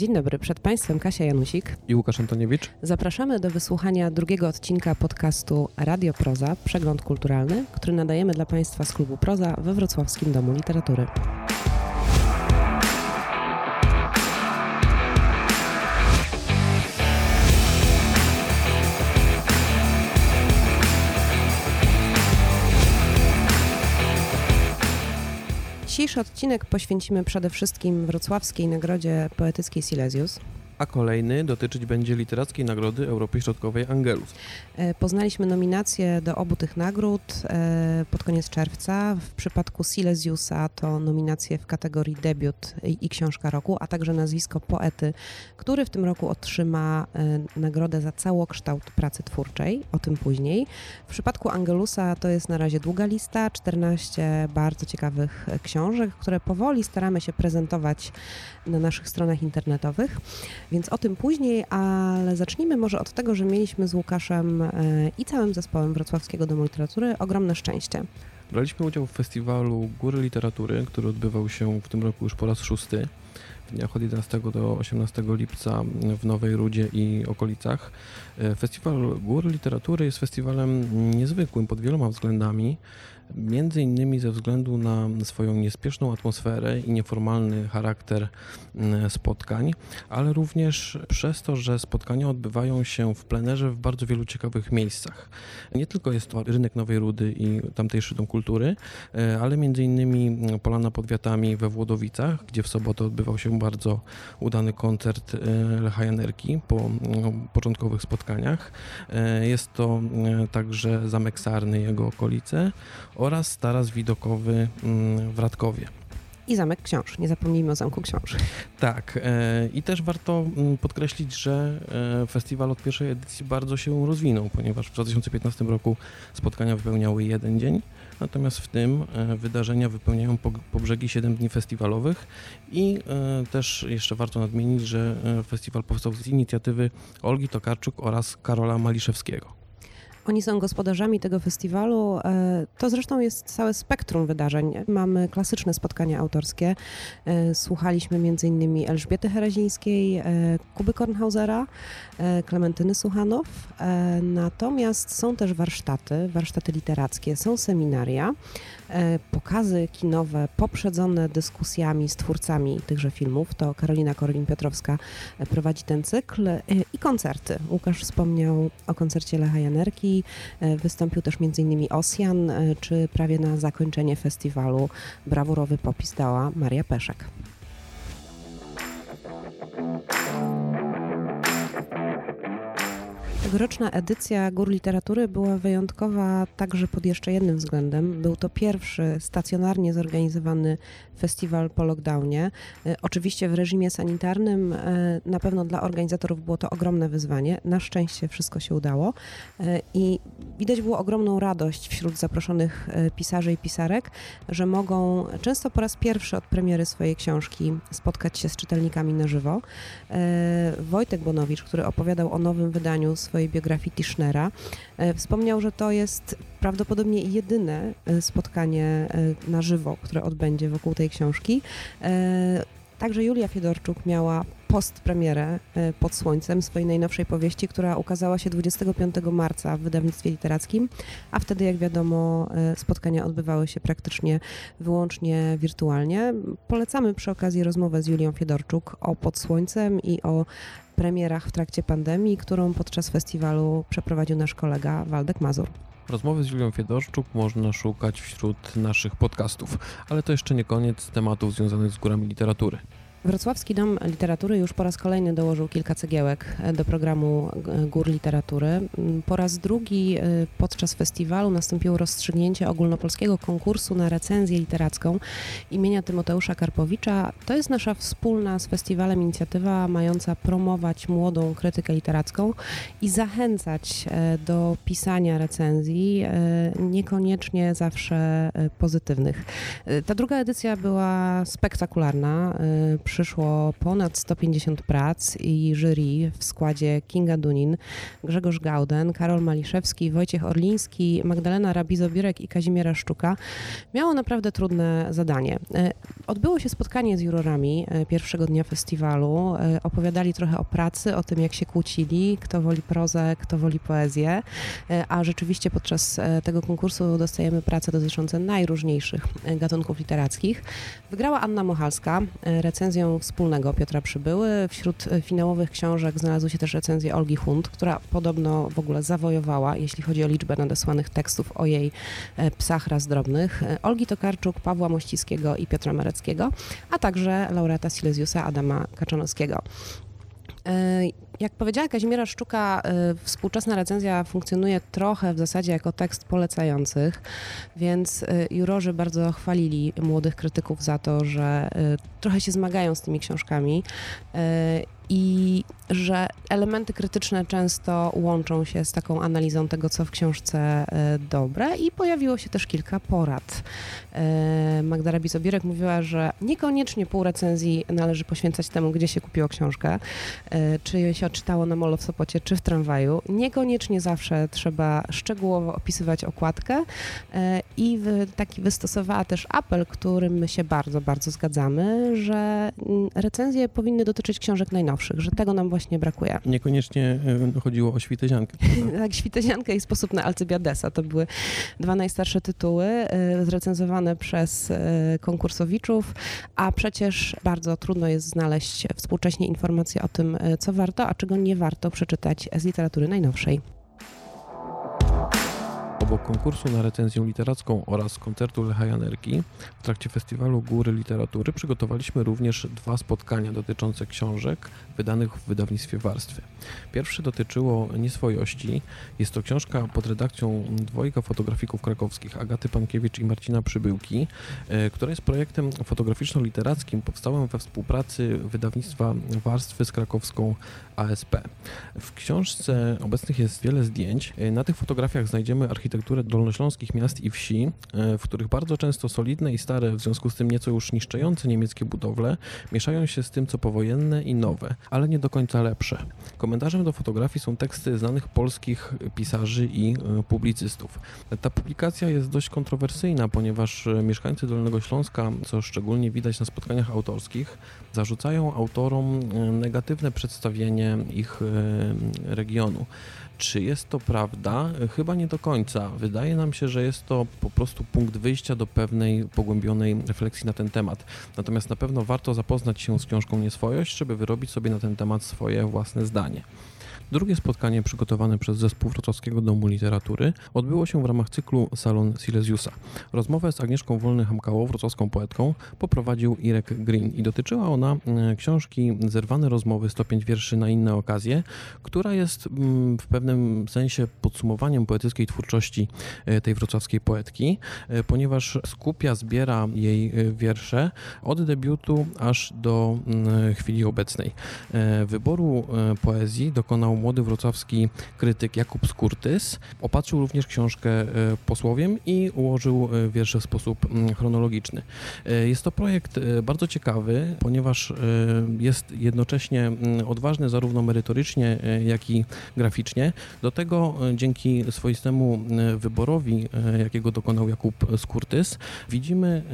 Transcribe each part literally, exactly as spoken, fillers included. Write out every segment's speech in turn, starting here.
Dzień dobry, przed Państwem Kasia Janusik i Łukasz Antoniewicz. Zapraszamy do wysłuchania drugiego odcinka podcastu Radio Proza, przegląd kulturalny, który nadajemy dla Państwa z klubu Proza we Wrocławskim Domu Literatury. Dzisiejszy odcinek poświęcimy przede wszystkim wrocławskiej Nagrodzie Poetyckiej Silesius. A kolejny dotyczyć będzie Literackiej Nagrody Europy Środkowej Angelus. Poznaliśmy nominacje do obu tych nagród pod koniec czerwca. W przypadku Silesiusa to nominacje w kategorii debiut i książka roku, a także nazwisko poety, który w tym roku otrzyma nagrodę za całokształt pracy twórczej. O tym później. W przypadku Angelusa to jest na razie długa lista, czternaście bardzo ciekawych książek, które powoli staramy się prezentować na naszych stronach internetowych. Więc o tym później, ale zacznijmy może od tego, że mieliśmy z Łukaszem i całym zespołem Wrocławskiego Domu Literatury ogromne szczęście. Braliśmy udział w festiwalu Góry Literatury, który odbywał się w tym roku już po raz szósty. W dniach od jedenastego do osiemnastego lipca w Nowej Rudzie i okolicach. Festiwal Góry Literatury jest festiwalem niezwykłym pod wieloma względami. Między innymi ze względu na swoją niespieszną atmosferę i nieformalny charakter spotkań, ale również przez to, że spotkania odbywają się w plenerze w bardzo wielu ciekawych miejscach. Nie tylko jest to rynek Nowej Rudy i tamtejszy Dom Kultury, ale między innymi Polana pod Wiatami we Włodowicach, gdzie w sobotę odbywał się bardzo udany koncert Lecha Janerki po początkowych spotkaniach. Jest to także Zamek Sarny i jego okolice oraz taras widokowy w Radkowie. I Zamek Książ. Nie zapomnijmy o Zamku Książ. Tak. E, I też warto podkreślić, że e, festiwal od pierwszej edycji bardzo się rozwinął, ponieważ w dwa tysiące piętnastym roku spotkania wypełniały jeden dzień, natomiast w tym e, wydarzenia wypełniają po, po brzegi siedem dni festiwalowych i e, też jeszcze warto nadmienić, że e, festiwal powstał z inicjatywy Olgi Tokarczuk oraz Karola Maliszewskiego. Oni są gospodarzami tego festiwalu. To zresztą jest całe spektrum wydarzeń. Mamy klasyczne spotkania autorskie. Słuchaliśmy między innymi Elżbiety Herezińskiej, Kuby Kornhausera, Klementyny Suchanow. Natomiast są też warsztaty, warsztaty literackie, są seminaria, pokazy kinowe poprzedzone dyskusjami z twórcami tychże filmów. To Karolina Korwin-Piotrowska prowadzi ten cykl i koncerty. Łukasz wspomniał o koncercie Lecha Janerki. Wystąpił też między innymi Osjan, czy prawie na zakończenie festiwalu brawurowy popis dała Maria Peszek. Tegoroczna edycja Gór Literatury była wyjątkowa także pod jeszcze jednym względem. Był to pierwszy stacjonarnie zorganizowany festiwal po lockdownie. Oczywiście w reżimie sanitarnym. Na pewno dla organizatorów było to ogromne wyzwanie. Na szczęście wszystko się udało i widać było ogromną radość wśród zaproszonych pisarzy i pisarek, że mogą często po raz pierwszy od premiery swojej książki spotkać się z czytelnikami na żywo. Wojtek Bonowicz, który opowiadał o nowym wydaniu swojej biografii Tischnera, wspomniał, że to jest prawdopodobnie jedyne spotkanie na żywo, które odbędzie wokół tej książki. Także Julia Fiedorczuk miała postpremierę Pod Słońcem swojej najnowszej powieści, która ukazała się dwudziestego piątego marca w wydawnictwie literackim, a wtedy, jak wiadomo, spotkania odbywały się praktycznie wyłącznie wirtualnie. Polecamy przy okazji rozmowę z Julią Fiedorczuk o Pod Słońcem i o premierach w trakcie pandemii, którą podczas festiwalu przeprowadził nasz kolega Waldek Mazur. Rozmowy z Julią Fiedorczuk można szukać wśród naszych podcastów, ale to jeszcze nie koniec tematów związanych z górami literatury. Wrocławski Dom Literatury już po raz kolejny dołożył kilka cegiełek do programu Gór Literatury. Po raz drugi podczas festiwalu nastąpiło rozstrzygnięcie ogólnopolskiego konkursu na recenzję literacką imienia Tymoteusza Karpowicza. To jest nasza wspólna z festiwalem inicjatywa mająca promować młodą krytykę literacką i zachęcać do pisania recenzji, niekoniecznie zawsze pozytywnych. Ta druga edycja była spektakularna. przyszło ponad sto pięćdziesiąt prac i jury w składzie Kinga Dunin, Grzegorz Gauden, Karol Maliszewski, Wojciech Orliński, Magdalena Rabizo-Biurek i Kazimiera Szczuka, miało naprawdę trudne zadanie. Odbyło się spotkanie z jurorami pierwszego dnia festiwalu. Opowiadali trochę o pracy, o tym, jak się kłócili, kto woli prozę, kto woli poezję, a rzeczywiście podczas tego konkursu dostajemy prace dotyczące najróżniejszych gatunków literackich. Wygrała Anna Mochalska recenzją wspólnego Piotra Przybyły. Wśród finałowych książek znalazły się też recenzje Olgi Hunt, która podobno w ogóle zawojowała, jeśli chodzi o liczbę nadesłanych tekstów o jej psach raz drobnych, Olgi Tokarczuk, Pawła Mościckiego i Piotra Mareckiego, a także laureata Silesiusa Adama Kaczanowskiego. Jak powiedziała Kazimiera Szczuka, współczesna recenzja funkcjonuje trochę w zasadzie jako tekst polecających, więc jurorzy bardzo chwalili młodych krytyków za to, że trochę się zmagają z tymi książkami i że elementy krytyczne często łączą się z taką analizą tego, co w książce dobre, i pojawiło się też kilka porad. Magda Rabizo-Biurek mówiła, że niekoniecznie pół recenzji należy poświęcać temu, gdzie się kupiło książkę, czy się czytało na molo w Sopocie, czy w tramwaju. Niekoniecznie zawsze trzeba szczegółowo opisywać okładkę i taki wystosowała też apel, którym my się bardzo, bardzo zgadzamy, że recenzje powinny dotyczyć książek najnowszych, że tego nam właśnie brakuje. Niekoniecznie chodziło o Świteziankę. Tak, Świteziankę i Sposób na Alcybiadesa. To były dwa najstarsze tytuły zrecenzowane przez konkursowiczów, a przecież bardzo trudno jest znaleźć współcześnie informacje o tym, co warto, a czego nie warto przeczytać z literatury najnowszej. Obok konkursu na recenzję literacką oraz koncertu Lecha Janerki w trakcie festiwalu Góry Literatury przygotowaliśmy również dwa spotkania dotyczące książek wydanych w wydawnictwie Warstwy. Pierwsze dotyczyło Nieswojości. Jest to książka pod redakcją dwojga fotografików krakowskich, Agaty Pankiewicz i Marcina Przybyłki, która jest projektem fotograficzno-literackim powstałym we współpracy wydawnictwa Warstwy z krakowską A S P. W książce obecnych jest wiele zdjęć. Na tych fotografiach znajdziemy architekturę dolnośląskich miast i wsi, w których bardzo często solidne i stare, w związku z tym nieco już niszczejące niemieckie budowle mieszają się z tym, co powojenne i nowe, ale nie do końca lepsze. Komentarzem do fotografii są teksty znanych polskich pisarzy i publicystów. Ta publikacja jest dość kontrowersyjna, ponieważ mieszkańcy Dolnego Śląska, co szczególnie widać na spotkaniach autorskich, zarzucają autorom negatywne przedstawienie ich regionu. Czy jest to prawda? Chyba nie do końca. Wydaje nam się, że jest to po prostu punkt wyjścia do pewnej pogłębionej refleksji na ten temat. Natomiast na pewno warto zapoznać się z książką Nieswojość, żeby wyrobić sobie na ten temat swoje własne zdanie. Drugie spotkanie przygotowane przez zespół Wrocławskiego Domu Literatury odbyło się w ramach cyklu Salon Silesiusa. Rozmowę z Agnieszką Wolny-Hamkałą, wrocławską poetką, poprowadził Irek Green i dotyczyła ona książki Zerwane rozmowy, sto pięć wierszy na inne okazje, która jest w pewnym sensie podsumowaniem poetyckiej twórczości tej wrocławskiej poetki, ponieważ skupia, zbiera jej wiersze od debiutu aż do chwili obecnej. Wyboru poezji dokonał młody wrocławski krytyk Jakub Skurtys. Opatrzył również książkę posłowiem i ułożył wiersze w sposób chronologiczny. Jest to projekt bardzo ciekawy, ponieważ jest jednocześnie odważny zarówno merytorycznie, jak i graficznie. Do tego dzięki swoistemu wyborowi, jakiego dokonał Jakub Skurtys, widzimy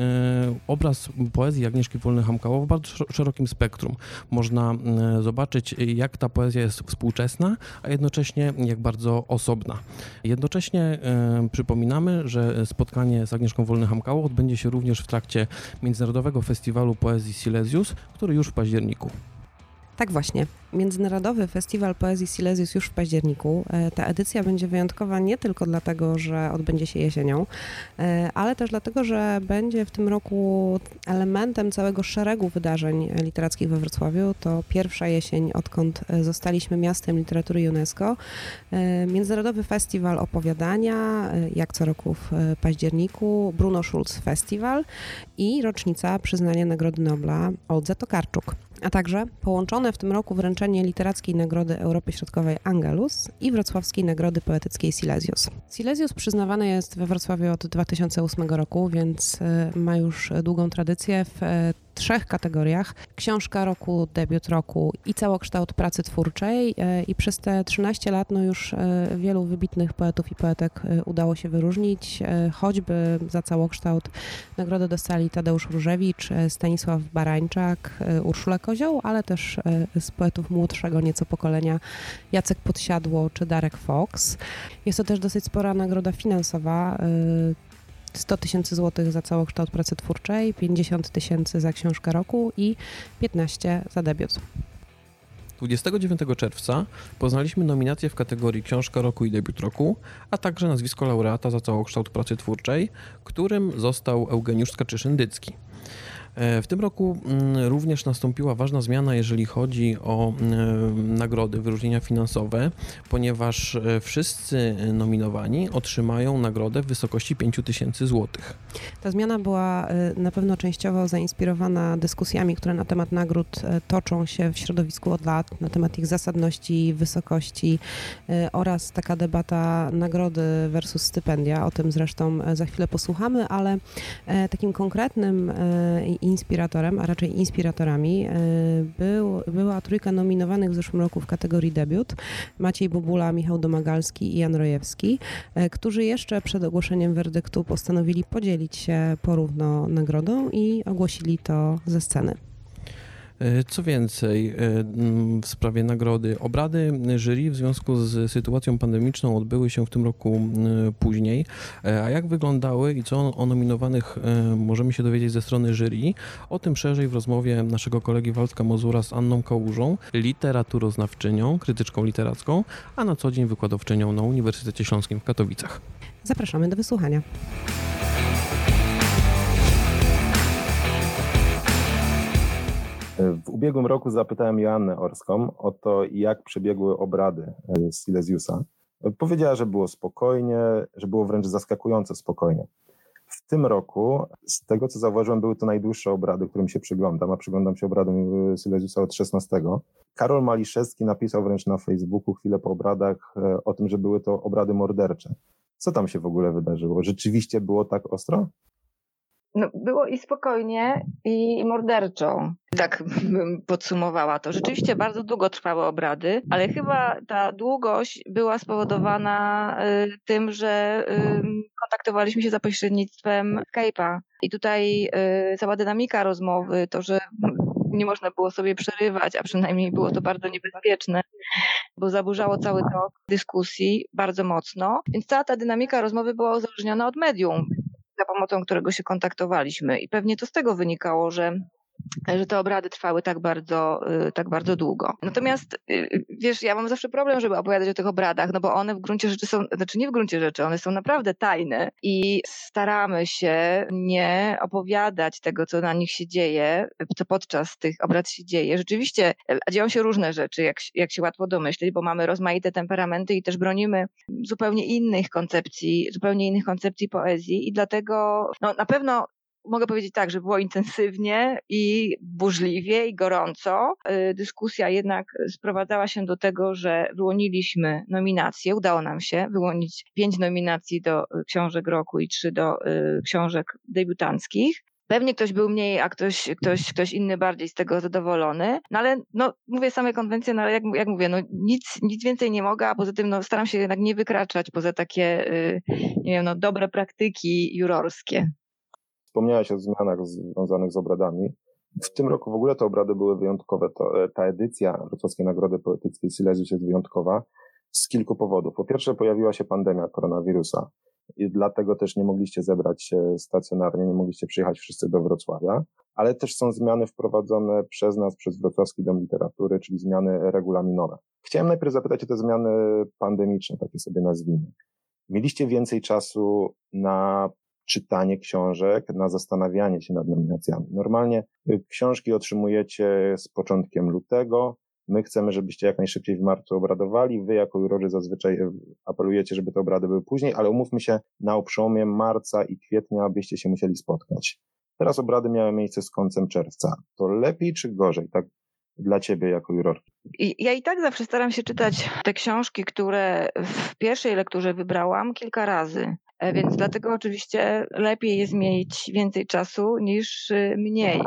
obraz poezji Agnieszki Wolny-Hamkałowej w bardzo szerokim spektrum. Można zobaczyć, jak ta poezja jest współczesna, a jednocześnie jak bardzo osobna. Jednocześnie e, przypominamy, że spotkanie z Agnieszką Wolny-Hamkałą odbędzie się również w trakcie Międzynarodowego Festiwalu Poezji Silesius, który już w październiku. Tak właśnie. Międzynarodowy Festiwal Poezji Silesius już w październiku. Ta edycja będzie wyjątkowa nie tylko dlatego, że odbędzie się jesienią, ale też dlatego, że będzie w tym roku elementem całego szeregu wydarzeń literackich we Wrocławiu. To pierwsza jesień, odkąd zostaliśmy miastem literatury UNESCO. Międzynarodowy Festiwal Opowiadania, jak co roku w październiku, Bruno Schulz Festiwal i rocznica przyznania Nagrody Nobla Oldze Tokarczuk, a także połączone w tym roku wręczenie literackiej Nagrody Europy Środkowej Angelus i wrocławskiej Nagrody Poetyckiej Silesius. Silesius przyznawany jest we Wrocławiu od dwa tysiące ósmego roku, więc ma już długą tradycję. W trzech kategoriach: książka roku, debiut roku i całokształt pracy twórczej. I przez te trzynaście lat no już wielu wybitnych poetów i poetek udało się wyróżnić. Choćby za całokształt nagrodę dostali Tadeusz Różewicz, Stanisław Barańczak, Urszula Kozioł, ale też z poetów młodszego nieco pokolenia Jacek Podsiadło czy Darek Fox. Jest to też dosyć spora nagroda finansowa. sto tysięcy złotych za całokształt pracy twórczej, pięćdziesiąt tysięcy za książkę roku i piętnaście za debiut. dwudziestego dziewiątego czerwca poznaliśmy nominacje w kategorii Książka Roku i Debiut Roku, a także nazwisko laureata za całokształt pracy twórczej, którym został Eugeniusz Skaczyszyn-Dycki. W tym roku również nastąpiła ważna zmiana, jeżeli chodzi o nagrody, wyróżnienia finansowe, ponieważ wszyscy nominowani otrzymają nagrodę w wysokości pięć tysięcy złotych. Ta zmiana była na pewno częściowo zainspirowana dyskusjami, które na temat nagród toczą się w środowisku od lat, na temat ich zasadności, wysokości oraz taka debata nagrody versus stypendia. O tym zresztą za chwilę posłuchamy, ale takim konkretnym inspiratorem, a raczej inspiratorami był, była trójka nominowanych w zeszłym roku w kategorii debiut: Maciej Bobula, Michał Domagalski i Jan Rojewski, którzy jeszcze przed ogłoszeniem werdyktu postanowili podzielić się porówno nagrodą i ogłosili to ze sceny. Co więcej, w sprawie nagrody, obrady jury w związku z sytuacją pandemiczną odbyły się w tym roku później. A jak wyglądały i co o nominowanych możemy się dowiedzieć ze strony jury? O tym szerzej w rozmowie naszego kolegi Waldka Mozura z Anną Kałużą, literaturoznawczynią, krytyczką literacką, a na co dzień wykładowczynią na Uniwersytecie Śląskim w Katowicach. Zapraszamy do wysłuchania. W ubiegłym roku zapytałem Joannę Orską o to, jak przebiegły obrady Silesiusa. Powiedziała, że było spokojnie, że było wręcz zaskakująco spokojnie. W tym roku, z tego co zauważyłem, były to najdłuższe obrady, którym się przyglądam, a przyglądam się obradom Silesiusa od szesnastego. Karol Maliszewski napisał wręcz na Facebooku chwilę po obradach o tym, że były to obrady mordercze. Co tam się w ogóle wydarzyło? Rzeczywiście było tak ostro? No, było i spokojnie, i morderczo. Tak bym podsumowała to. Rzeczywiście bardzo długo trwały obrady, ale chyba ta długość była spowodowana y, tym, że y, kontaktowaliśmy się za pośrednictwem Skype'a. I tutaj y, cała dynamika rozmowy, to, że nie można było sobie przerywać, a przynajmniej było to bardzo niebezpieczne, bo zaburzało cały tok dyskusji bardzo mocno. Więc cała ta dynamika rozmowy była uzależniona od medium, za pomocą którego się kontaktowaliśmy. I pewnie to z tego wynikało, że że te obrady trwały tak bardzo, tak bardzo długo. Natomiast wiesz, ja mam zawsze problem, żeby opowiadać o tych obradach, no bo one w gruncie rzeczy są, znaczy nie w gruncie rzeczy, one są naprawdę tajne i staramy się nie opowiadać tego, co na nich się dzieje, co podczas tych obrad się dzieje. Rzeczywiście dzieją się różne rzeczy, jak, jak się łatwo domyślić, bo mamy rozmaite temperamenty i też bronimy zupełnie innych koncepcji, zupełnie innych koncepcji poezji i dlatego no, na pewno mogę powiedzieć tak, że było intensywnie i burzliwie i gorąco. Dyskusja jednak sprowadzała się do tego, że wyłoniliśmy nominacje. Udało nam się wyłonić pięć nominacji do książek roku i trzy do książek debiutanckich. Pewnie ktoś był mniej, a ktoś, ktoś, ktoś inny bardziej z tego zadowolony. No ale no, mówię same konwencje, no ale jak, jak mówię, no nic, nic więcej nie mogę, a poza tym no, staram się jednak nie wykraczać poza takie, nie wiem, no dobre praktyki jurorskie. Wspomniałaś o zmianach związanych z obradami. W tym roku w ogóle te obrady były wyjątkowe. To, ta edycja Wrocławskiej Nagrody Poetyckiej Silesius jest wyjątkowa z kilku powodów. Po pierwsze, pojawiła się pandemia koronawirusa i dlatego też nie mogliście zebrać się stacjonarnie, nie mogliście przyjechać wszyscy do Wrocławia, ale też są zmiany wprowadzone przez nas, przez Wrocławski Dom Literatury, czyli zmiany regulaminowe. Chciałem najpierw zapytać o te zmiany pandemiczne, takie sobie nazwijmy. Mieliście więcej czasu na czytanie książek, na zastanawianie się nad nominacjami. Normalnie książki otrzymujecie z początkiem lutego. My chcemy, żebyście jak najszybciej w marcu obradowali. Wy jako jurorzy zazwyczaj apelujecie, żeby te obrady były później, ale umówmy się, na przełomie marca i kwietnia byście się musieli spotkać. Teraz obrady miały miejsce z końcem czerwca. To lepiej czy gorzej, tak dla ciebie jako jurorki? Ja i tak zawsze staram się czytać te książki, które w pierwszej lekturze wybrałam kilka razy. Więc dlatego oczywiście lepiej jest mieć więcej czasu niż mniej.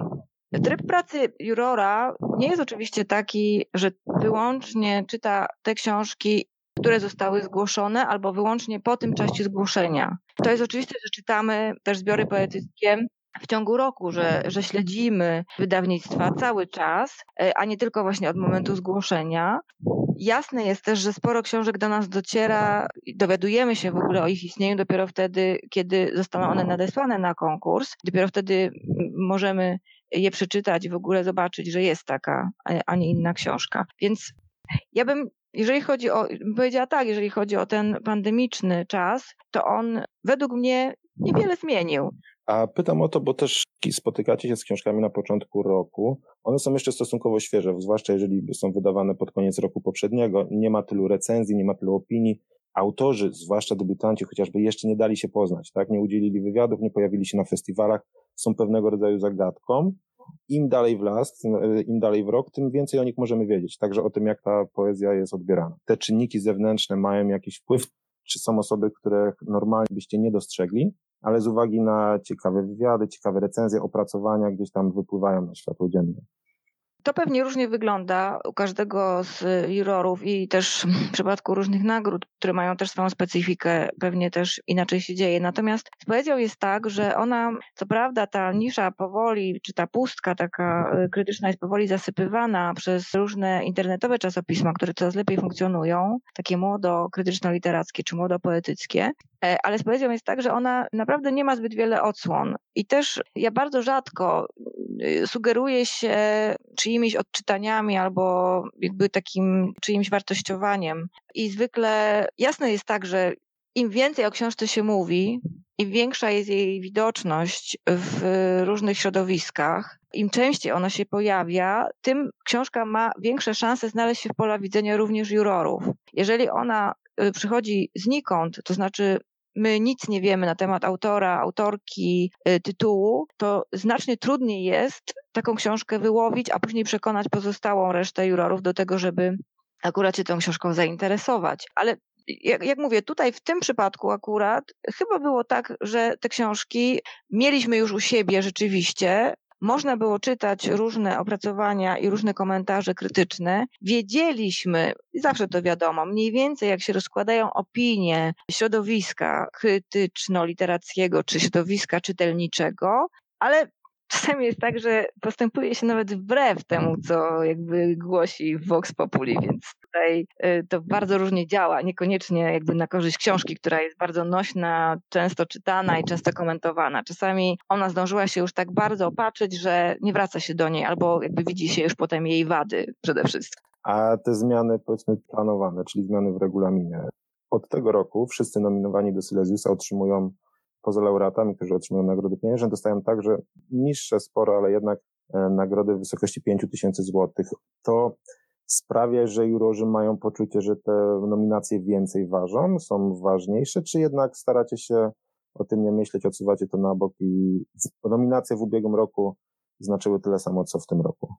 Tryb pracy jurora nie jest oczywiście taki, że wyłącznie czyta te książki, które zostały zgłoszone, albo wyłącznie po tym czasie zgłoszenia. To jest oczywiste, że czytamy też zbiory poetyckie w ciągu roku, że, że śledzimy wydawnictwa cały czas, a nie tylko właśnie od momentu zgłoszenia. Jasne jest też, że sporo książek do nas dociera, dowiadujemy się w ogóle o ich istnieniu dopiero wtedy, kiedy zostaną one nadesłane na konkurs. Dopiero wtedy możemy je przeczytać i w ogóle zobaczyć, że jest taka, a nie inna książka. Więc ja bym, jeżeli chodzi o, bym powiedziała tak, jeżeli chodzi o ten pandemiczny czas, to on według mnie niewiele zmienił. A pytam o to, bo też spotykacie się z książkami na początku roku. One są jeszcze stosunkowo świeże, zwłaszcza jeżeli są wydawane pod koniec roku poprzedniego. Nie ma tylu recenzji, nie ma tylu opinii. Autorzy, zwłaszcza debiutanci, chociażby jeszcze nie dali się poznać, tak? Nie udzielili wywiadów, nie pojawili się na festiwalach, są pewnego rodzaju zagadką. Im dalej w las, im dalej w rok, tym więcej o nich możemy wiedzieć. Także o tym, jak ta poezja jest odbierana. Te czynniki zewnętrzne mają jakiś wpływ, czy są osoby, które normalnie byście nie dostrzegli, ale z uwagi na ciekawe wywiady, ciekawe recenzje, opracowania gdzieś tam wypływają na światło dzienne. To pewnie różnie wygląda u każdego z jurorów i też w przypadku różnych nagród, które mają też swoją specyfikę, pewnie też inaczej się dzieje. Natomiast z poezją jest tak, że ona, co prawda ta nisza powoli, czy ta pustka taka krytyczna jest powoli zasypywana przez różne internetowe czasopisma, które coraz lepiej funkcjonują, takie młodo-krytyczno-literackie czy młodo-poetyckie, ale z poezją jest tak, że ona naprawdę nie ma zbyt wiele odsłon. I też ja bardzo rzadko sugeruję się czyimiś odczytaniami albo jakby takim czyimś wartościowaniem. I zwykle jasne jest tak, że im więcej o książce się mówi, im większa jest jej widoczność w różnych środowiskach, im częściej ona się pojawia, tym książka ma większe szanse znaleźć się w pola widzenia również jurorów. Jeżeli ona przychodzi znikąd, to znaczy my nic nie wiemy na temat autora, autorki, tytułu, to znacznie trudniej jest taką książkę wyłowić, a później przekonać pozostałą resztę jurorów do tego, żeby akurat się tą książką zainteresować. Ale jak, jak mówię, tutaj w tym przypadku akurat chyba było tak, że te książki mieliśmy już u siebie rzeczywiście. Można było czytać różne opracowania i różne komentarze krytyczne. Wiedzieliśmy, i zawsze to wiadomo, mniej więcej jak się rozkładają opinie środowiska krytyczno-literackiego czy środowiska czytelniczego, ale czasami jest tak, że postępuje się nawet wbrew temu, co jakby głosi Vox Populi, więc tutaj to bardzo różnie działa, niekoniecznie jakby na korzyść książki, która jest bardzo nośna, często czytana i często komentowana. Czasami ona zdążyła się już tak bardzo opatrzyć, że nie wraca się do niej, albo jakby widzi się już potem jej wady przede wszystkim. A te zmiany, powiedzmy, planowane, czyli zmiany w regulaminie. Od tego roku wszyscy nominowani do Silesiusa otrzymują, poza laureatami, którzy otrzymują nagrody pieniężne, dostają także niższe sporo, ale jednak nagrody w wysokości pięć tysięcy złotych. To sprawia, że jurorzy mają poczucie, że te nominacje więcej ważą, są ważniejsze, czy jednak staracie się o tym nie myśleć, odsuwacie to na bok i nominacje w ubiegłym roku znaczyły tyle samo, co w tym roku?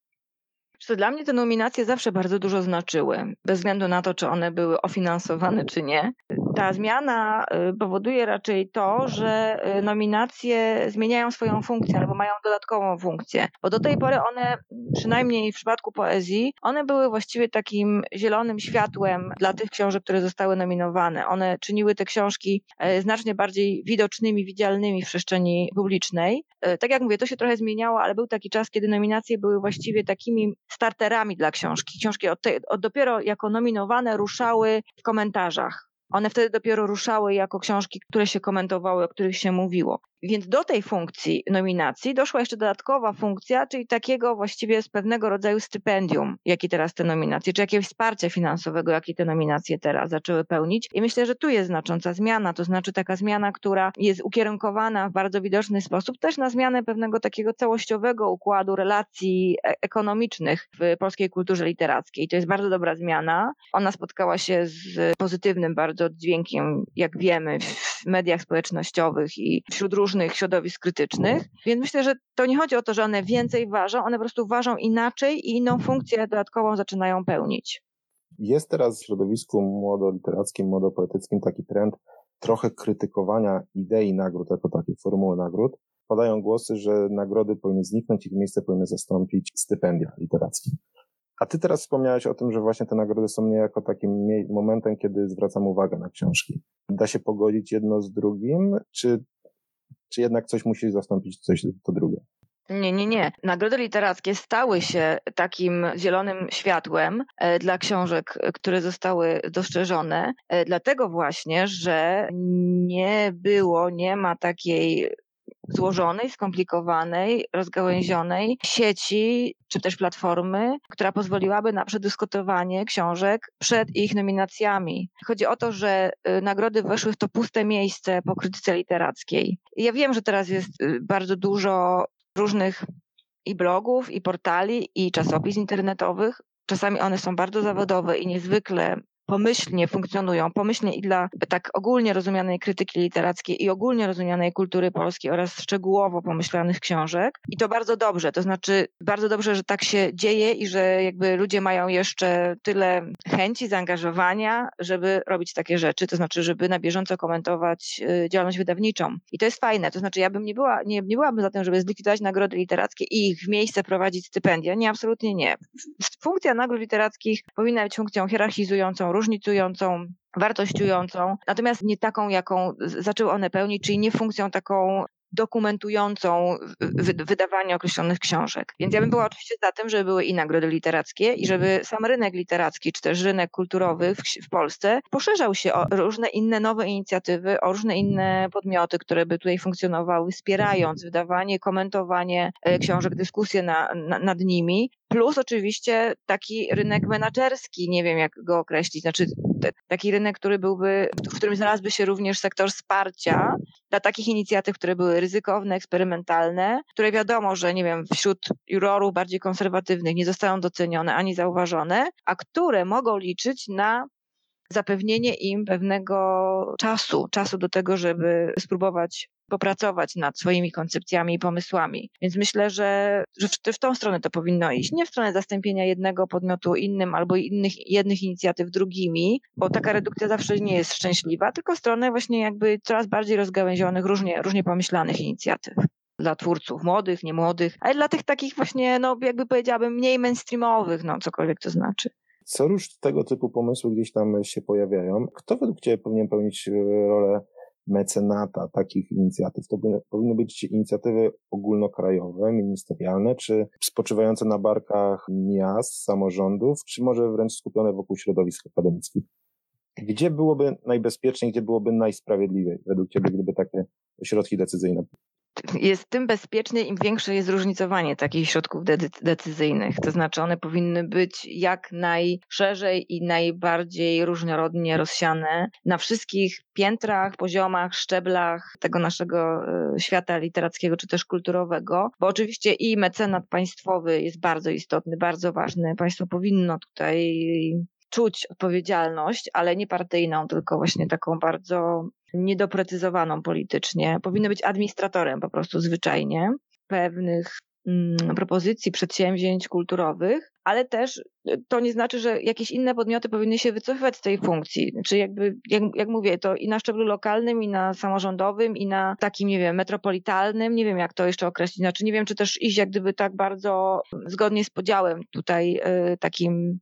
Co dla mnie te nominacje zawsze bardzo dużo znaczyły, bez względu na to, czy one były ofinansowane, czy nie. Ta zmiana powoduje raczej to, że nominacje zmieniają swoją funkcję albo mają dodatkową funkcję, bo do tej pory one, przynajmniej w przypadku poezji, one były właściwie takim zielonym światłem dla tych książek, które zostały nominowane. One czyniły te książki znacznie bardziej widocznymi, widzialnymi w przestrzeni publicznej. Tak jak mówię, to się trochę zmieniało, ale był taki czas, kiedy nominacje były właściwie takimi starterami dla książki. Książki od te, od dopiero jako nominowane ruszały w komentarzach. One wtedy dopiero ruszały jako książki, które się komentowały, o których się mówiło. Więc do tej funkcji nominacji doszła jeszcze dodatkowa funkcja, czyli takiego właściwie z pewnego rodzaju stypendium, jakie teraz te nominacje, czy jakiegoś wsparcia finansowego, jakie te nominacje teraz zaczęły pełnić. I myślę, że tu jest znacząca zmiana, to znaczy taka zmiana, która jest ukierunkowana w bardzo widoczny sposób też na zmianę pewnego takiego całościowego układu relacji ekonomicznych w polskiej kulturze literackiej. I to jest bardzo dobra zmiana. Ona spotkała się z pozytywnym bardzo oddźwiękiem, jak wiemy, w mediach społecznościowych i wśród różnych środowisk krytycznych, więc myślę, że to nie chodzi o to, że one więcej ważą, one po prostu ważą inaczej i inną funkcję dodatkową zaczynają pełnić. Jest teraz w środowisku młodoliterackim, młodopoetyckim taki trend trochę krytykowania idei nagród jako takiej formuły nagród. padają głosy, że nagrody powinny zniknąć, ich miejsce powinny zastąpić stypendia literackie. A ty teraz wspomniałeś o tym, że właśnie te nagrody są niejako takim momentem, kiedy zwracamy uwagę na książki. Da się pogodzić jedno z drugim, czy, czy jednak coś musi zastąpić coś to drugie? Nie, nie, nie. Nagrody literackie stały się takim zielonym światłem dla książek, które zostały dostrzeżone, dlatego właśnie, że nie było, nie ma takiej złożonej, skomplikowanej, rozgałęzionej sieci, czy też platformy, która pozwoliłaby na przedyskutowanie książek przed ich nominacjami. Chodzi o to, że nagrody weszły w to puste miejsce po krytyce literackiej. I ja wiem, że teraz jest bardzo dużo różnych i blogów, i portali, i czasopism internetowych. Czasami one są bardzo zawodowe i niezwykle pomyślnie funkcjonują, pomyślnie i dla tak ogólnie rozumianej krytyki literackiej i ogólnie rozumianej kultury polskiej oraz szczegółowo pomyślanych książek. I to bardzo dobrze, to znaczy bardzo dobrze, że tak się dzieje i że jakby ludzie mają jeszcze tyle chęci, zaangażowania, żeby robić takie rzeczy, to znaczy, żeby na bieżąco komentować działalność wydawniczą. I to jest fajne, to znaczy ja bym nie była, nie, nie byłabym za tym, żeby zlikwidować nagrody literackie i ich w miejsce prowadzić stypendia. Nie, absolutnie nie. Funkcja nagród literackich powinna być funkcją hierarchizującą, różnicującą, wartościującą, natomiast nie taką, jaką zaczęły one pełnić, czyli nie funkcją taką dokumentującą wydawanie określonych książek. Więc ja bym była oczywiście za tym, żeby były i nagrody literackie i żeby sam rynek literacki, czy też rynek kulturowy w, w Polsce poszerzał się o różne inne nowe inicjatywy, o różne inne podmioty, które by tutaj funkcjonowały, wspierając wydawanie, komentowanie książek, dyskusje na, na, nad nimi. Plus oczywiście taki rynek menadżerski, nie wiem jak go określić, znaczy t- taki rynek, który byłby, w którym znalazłby się również sektor wsparcia dla takich inicjatyw, które były ryzykowne, eksperymentalne, które wiadomo, że nie wiem, wśród jurorów bardziej konserwatywnych nie zostaną docenione ani zauważone, a które mogą liczyć na zapewnienie im pewnego czasu, czasu do tego, żeby spróbować popracować nad swoimi koncepcjami i pomysłami. Więc myślę, że, że w, w tą stronę to powinno iść. Nie w stronę zastąpienia jednego podmiotu innym albo innych, jednych inicjatyw drugimi, bo taka redukcja zawsze nie jest szczęśliwa, tylko w stronę właśnie jakby coraz bardziej rozgałęzionych, różnie, różnie pomyślanych inicjatyw. Dla twórców młodych, niemłodych, ale dla tych takich właśnie, no jakby powiedziałabym, mniej mainstreamowych, no cokolwiek to znaczy. Co róż tego typu pomysły gdzieś tam się pojawiają. Kto według Ciebie powinien pełnić rolę mecenata takich inicjatyw? To powinny być inicjatywy ogólnokrajowe, ministerialne, czy spoczywające na barkach miast, samorządów, czy może wręcz skupione wokół środowisk akademickich? Gdzie byłoby najbezpieczniej, gdzie byłoby najsprawiedliwiej według Ciebie, gdyby takie środki decyzyjne? Jest tym bezpieczniej, im większe jest zróżnicowanie takich środków de- decyzyjnych. To znaczy one powinny być jak najszerzej i najbardziej różnorodnie rozsiane na wszystkich piętrach, poziomach, szczeblach tego naszego świata literackiego czy też kulturowego, bo oczywiście i mecenat państwowy jest bardzo istotny, bardzo ważny. Państwo powinno tutaj czuć odpowiedzialność, ale nie partyjną, tylko właśnie taką bardzo niedoprecyzowaną politycznie. Powinno być administratorem po prostu zwyczajnie pewnych mm, propozycji, przedsięwzięć kulturowych, ale też to nie znaczy, że jakieś inne podmioty powinny się wycofywać z tej funkcji. Znaczy jakby, jak, jak mówię, to i na szczeblu lokalnym, i na samorządowym, i na takim, nie wiem, metropolitalnym, nie wiem jak to jeszcze określić, znaczy nie wiem, czy też iść jak gdyby tak bardzo zgodnie z podziałem tutaj y, takim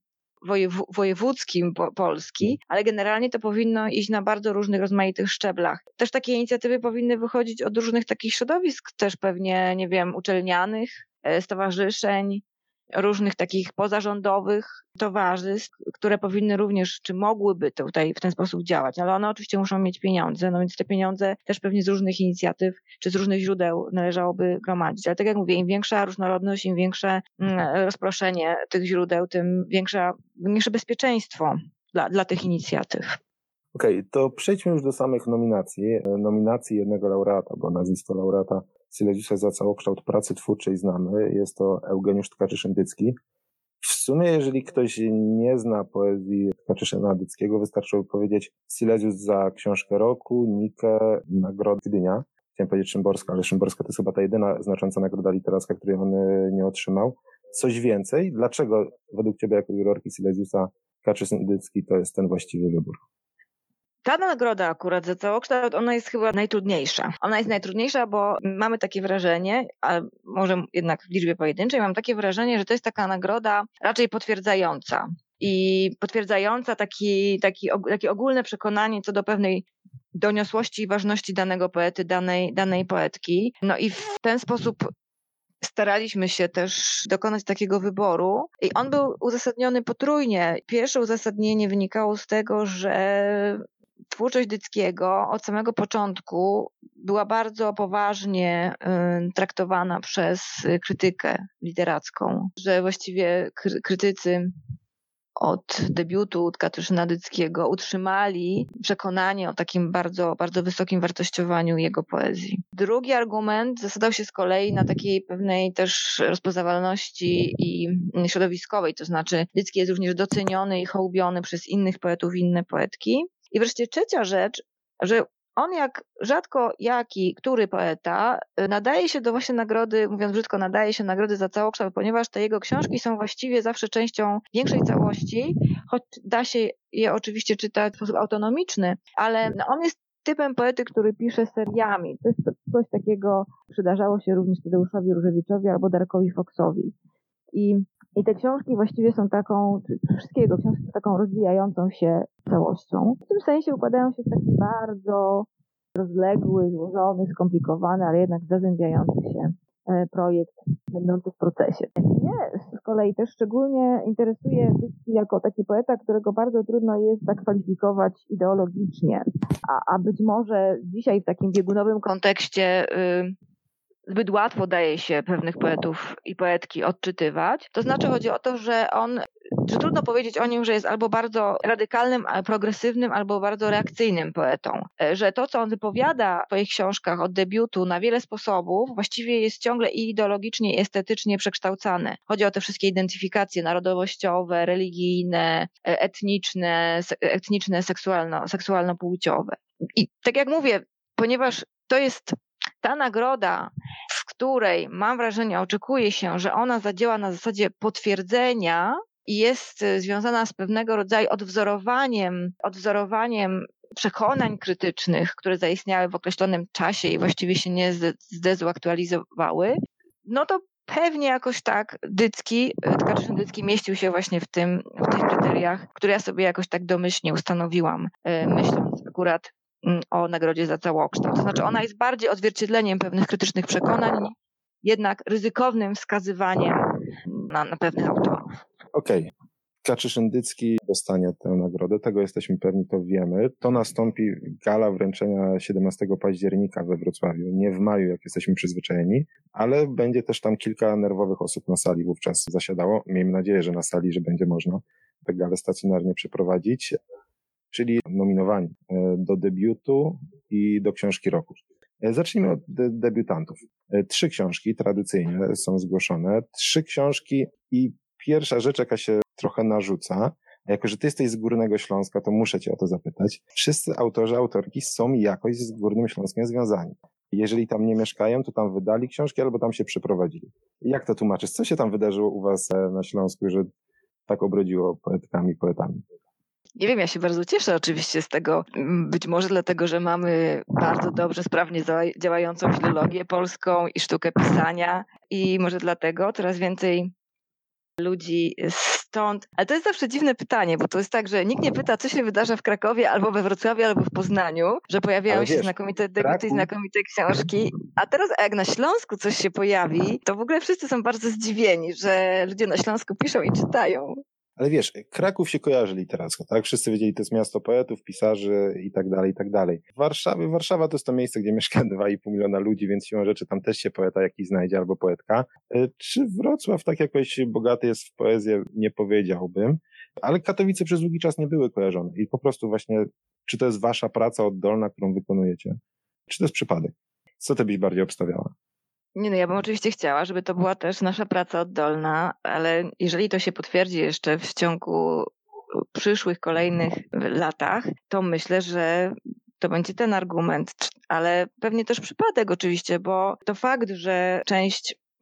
wojewódzkim Polski, ale generalnie to powinno iść na bardzo różnych, rozmaitych szczeblach. Też takie inicjatywy powinny wychodzić od różnych takich środowisk, też pewnie, nie wiem, uczelnianych, stowarzyszeń, różnych takich pozarządowych towarzystw, które powinny również, czy mogłyby tutaj w ten sposób działać, ale one oczywiście muszą mieć pieniądze, no więc te pieniądze też pewnie z różnych inicjatyw, czy z różnych źródeł należałoby gromadzić. Ale tak jak mówię, im większa różnorodność, im większe rozproszenie tych źródeł, tym większa, większe bezpieczeństwo dla, dla tych inicjatyw. Okej, okay, to przejdźmy już do samych nominacji. Nominacji jednego laureata, bo nazwisko laureata Silesiusa za całokształt pracy twórczej znamy. Jest to Eugeniusz Tkaczyszyn-Dycki. W sumie, jeżeli ktoś nie zna poezji Tkaczyszyna-Dyckiego, wystarczyłoby powiedzieć Silesius za książkę roku, Nikę, Nagrodę Gdynia. Chciałem powiedzieć Szymborska, ale Szymborska to jest chyba ta jedyna znacząca nagroda literacka, której on nie otrzymał. Coś więcej? Dlaczego według Ciebie jako jurorki Silesiusa Tkaczysyn-Dycki to jest ten właściwy wybór? Ta nagroda akurat za całokształt, ona jest chyba najtrudniejsza. Ona jest najtrudniejsza, bo mamy takie wrażenie, a może jednak w liczbie pojedynczej, mam takie wrażenie, że to jest taka nagroda raczej potwierdzająca. I potwierdzająca taki, taki, takie ogólne przekonanie co do pewnej doniosłości i ważności danego poety, danej, danej poetki. No i w ten sposób staraliśmy się też dokonać takiego wyboru i on był uzasadniony potrójnie. Pierwsze uzasadnienie wynikało z tego, że twórczość Dyckiego od samego początku była bardzo poważnie y, traktowana przez krytykę literacką, że właściwie kry- krytycy od debiutu Katarzyna Dyckiego utrzymali przekonanie o takim bardzo, bardzo wysokim wartościowaniu jego poezji. Drugi argument zasadał się z kolei na takiej pewnej też rozpoznawalności i środowiskowej, to znaczy Dycki jest również doceniony i hołubiony przez innych poetów i inne poetki. I wreszcie trzecia rzecz, że on jak rzadko jaki, który poeta nadaje się do właśnie nagrody, mówiąc brzydko, nadaje się nagrody za całokształt, ponieważ te jego książki są właściwie zawsze częścią większej całości, choć da się je oczywiście czytać w sposób autonomiczny, ale on jest typem poety, który pisze seriami. To jest coś takiego, przydarzało się również Tadeuszowi Różewiczowi albo Darkowi Foxowi. I I te książki właściwie są taką, czy wszystkie jego książki są taką rozwijającą się całością. W tym sensie układają się w taki bardzo rozległy, złożony, skomplikowany, ale jednak zazębiający się projekt będący w procesie. Mnie z kolei też szczególnie interesuje Dycki jako taki poeta, którego bardzo trudno jest zakwalifikować ideologicznie, a, a być może dzisiaj w takim biegunowym kontekście yy, zbyt łatwo daje się pewnych poetów i poetki odczytywać. To znaczy chodzi o to, że on, że trudno powiedzieć o nim, że jest albo bardzo radykalnym, progresywnym, albo bardzo reakcyjnym poetą. Że to, co on wypowiada w swoich książkach od debiutu na wiele sposobów, właściwie jest ciągle i ideologicznie, i estetycznie przekształcane. Chodzi o te wszystkie identyfikacje narodowościowe, religijne, etniczne, etniczne seksualno, seksualno-płciowe. I tak jak mówię, ponieważ to jest ta nagroda, w której mam wrażenie, oczekuje się, że ona zadziała na zasadzie potwierdzenia i jest związana z pewnego rodzaju odwzorowaniem, odwzorowaniem przekonań krytycznych, które zaistniały w określonym czasie i właściwie się nie zdezaktualizowały, no to pewnie jakoś tak Dycki, Katarzyna Dycki mieścił się właśnie w tym, w tych kryteriach, które ja sobie jakoś tak domyślnie ustanowiłam, myśląc akurat o nagrodzie za całokształt. To znaczy ona jest bardziej odzwierciedleniem pewnych krytycznych przekonań, jednak ryzykownym wskazywaniem na, na pewnych autorów. Okej. Okay. Katarzyna Dycki dostanie tę nagrodę, tego jesteśmy pewni, to wiemy. To nastąpi gala wręczenia siedemnastego października we Wrocławiu, nie w maju, jak jesteśmy przyzwyczajeni, ale będzie też tam kilka nerwowych osób na sali wówczas zasiadało. Miejmy nadzieję, że na sali, że będzie można tę galę stacjonarnie przeprowadzić, czyli nominowani do debiutu i do książki roku. Zacznijmy od de- debiutantów. Trzy książki tradycyjnie są zgłoszone, trzy książki i pierwsza rzecz, jaka się trochę narzuca, a jako, że ty jesteś z Górnego Śląska, to muszę cię o to zapytać. Wszyscy autorzy, autorki są jakoś z Górnym Śląskiem związani. Jeżeli tam nie mieszkają, to tam wydali książki albo tam się przeprowadzili. Jak to tłumaczysz? Co się tam wydarzyło u was na Śląsku, że tak obrodziło poetkami i poetami? Nie wiem, ja się bardzo cieszę oczywiście z tego, być może dlatego, że mamy bardzo dobrze, sprawnie działającą filologię polską i sztukę pisania i może dlatego coraz więcej ludzi stąd. Ale to jest zawsze dziwne pytanie, bo to jest tak, że nikt nie pyta, co się wydarza w Krakowie albo we Wrocławiu, albo w Poznaniu, że pojawiają Ale się wiesz, znakomite debiuty Kraków... i znakomite książki, a teraz jak na Śląsku coś się pojawi, to w ogóle wszyscy są bardzo zdziwieni, że ludzie na Śląsku piszą i czytają. Ale wiesz, Kraków się kojarzy literacko, tak? Wszyscy wiedzieli, to jest miasto poetów, pisarzy i tak dalej, i tak dalej. Warszawy, Warszawa to jest to miejsce, gdzie mieszka dwa i pół miliona ludzi, więc siłą rzeczy tam też się poeta jakiś znajdzie albo poetka. Czy Wrocław tak jakoś bogaty jest w poezję? Nie powiedziałbym. Ale Katowice przez długi czas nie były kojarzone. I po prostu właśnie, czy to jest wasza praca oddolna, którą wykonujecie? Czy to jest przypadek? Co ty byś bardziej obstawiała? Nie no, ja bym oczywiście chciała, żeby to była też nasza praca oddolna, ale jeżeli to się potwierdzi jeszcze w ciągu przyszłych, kolejnych latach, to myślę, że to będzie ten argument, ale pewnie też przypadek oczywiście, bo to fakt, że część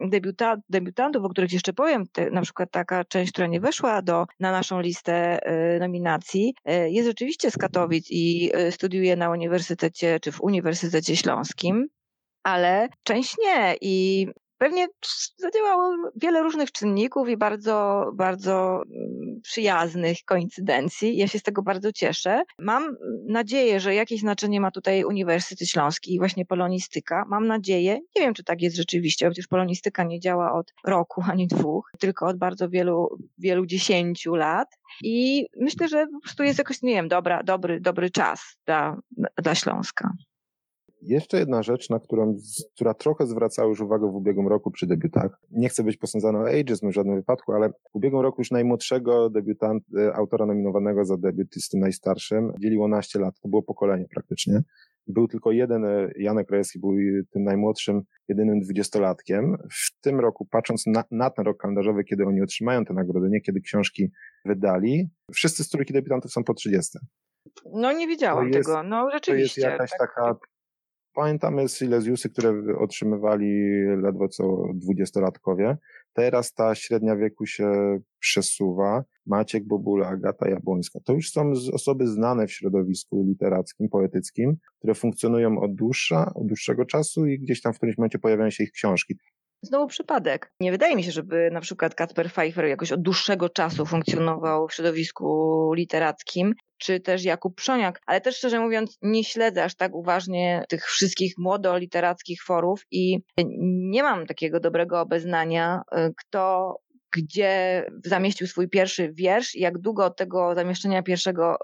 debiuta, debiutantów, o których jeszcze powiem, te, na przykład taka część, która nie weszła do, na naszą listę y, nominacji, y, jest rzeczywiście z Katowic i y, studiuje na Uniwersytecie, czy w Uniwersytecie Śląskim, ale część nie i pewnie zadziałało wiele różnych czynników i bardzo, bardzo przyjaznych koincydencji. Ja się z tego bardzo cieszę. Mam nadzieję, że jakieś znaczenie ma tutaj Uniwersytet Śląski i właśnie polonistyka. Mam nadzieję, nie wiem, czy tak jest rzeczywiście, bo przecież polonistyka nie działa od roku ani dwóch, tylko od bardzo wielu, wielu dziesięciu lat. I myślę, że po prostu jest jakoś, nie wiem, dobra, dobry, dobry czas dla, dla Śląska. Jeszcze jedna rzecz, na którą, która trochę zwracała już uwagę w ubiegłym roku przy debiutach. Nie chcę być posądzana o ageism w żadnym wypadku, ale w ubiegłym roku już najmłodszego debiutant, autora nominowanego za debiut z tym najstarszym dzieliło naście lat. To było pokolenie praktycznie. Był tylko jeden, Janek Rajewski był tym najmłodszym, jedynym dwudziestolatkiem. W tym roku, patrząc na, na ten rok kalendarzowy, kiedy oni otrzymają te nagrody, nie kiedy książki wydali, wszyscy z trójki debiutantów są po trzydziestce. No nie widziałam jest, tego, no rzeczywiście. To jest jakaś tak. taka... Pamiętamy Silesiusy, które otrzymywali ledwo co dwudziestolatkowie. Teraz ta średnia wieku się przesuwa. Maciek Bobula, Agata Jabłońska. To już są osoby znane w środowisku literackim, poetyckim, które funkcjonują od, dłuższa, od dłuższego czasu i gdzieś tam w którymś momencie pojawiają się ich książki. Znowu przypadek. Nie wydaje mi się, żeby na przykład Kacper Pfeiffer jakoś od dłuższego czasu funkcjonował w środowisku literackim, czy też Jakub Przoniak, ale też szczerze mówiąc nie śledzę aż tak uważnie tych wszystkich młodoliterackich forów i nie mam takiego dobrego obeznania, kto gdzie zamieścił swój pierwszy wiersz i jak długo od tego zamieszczenia pierwszego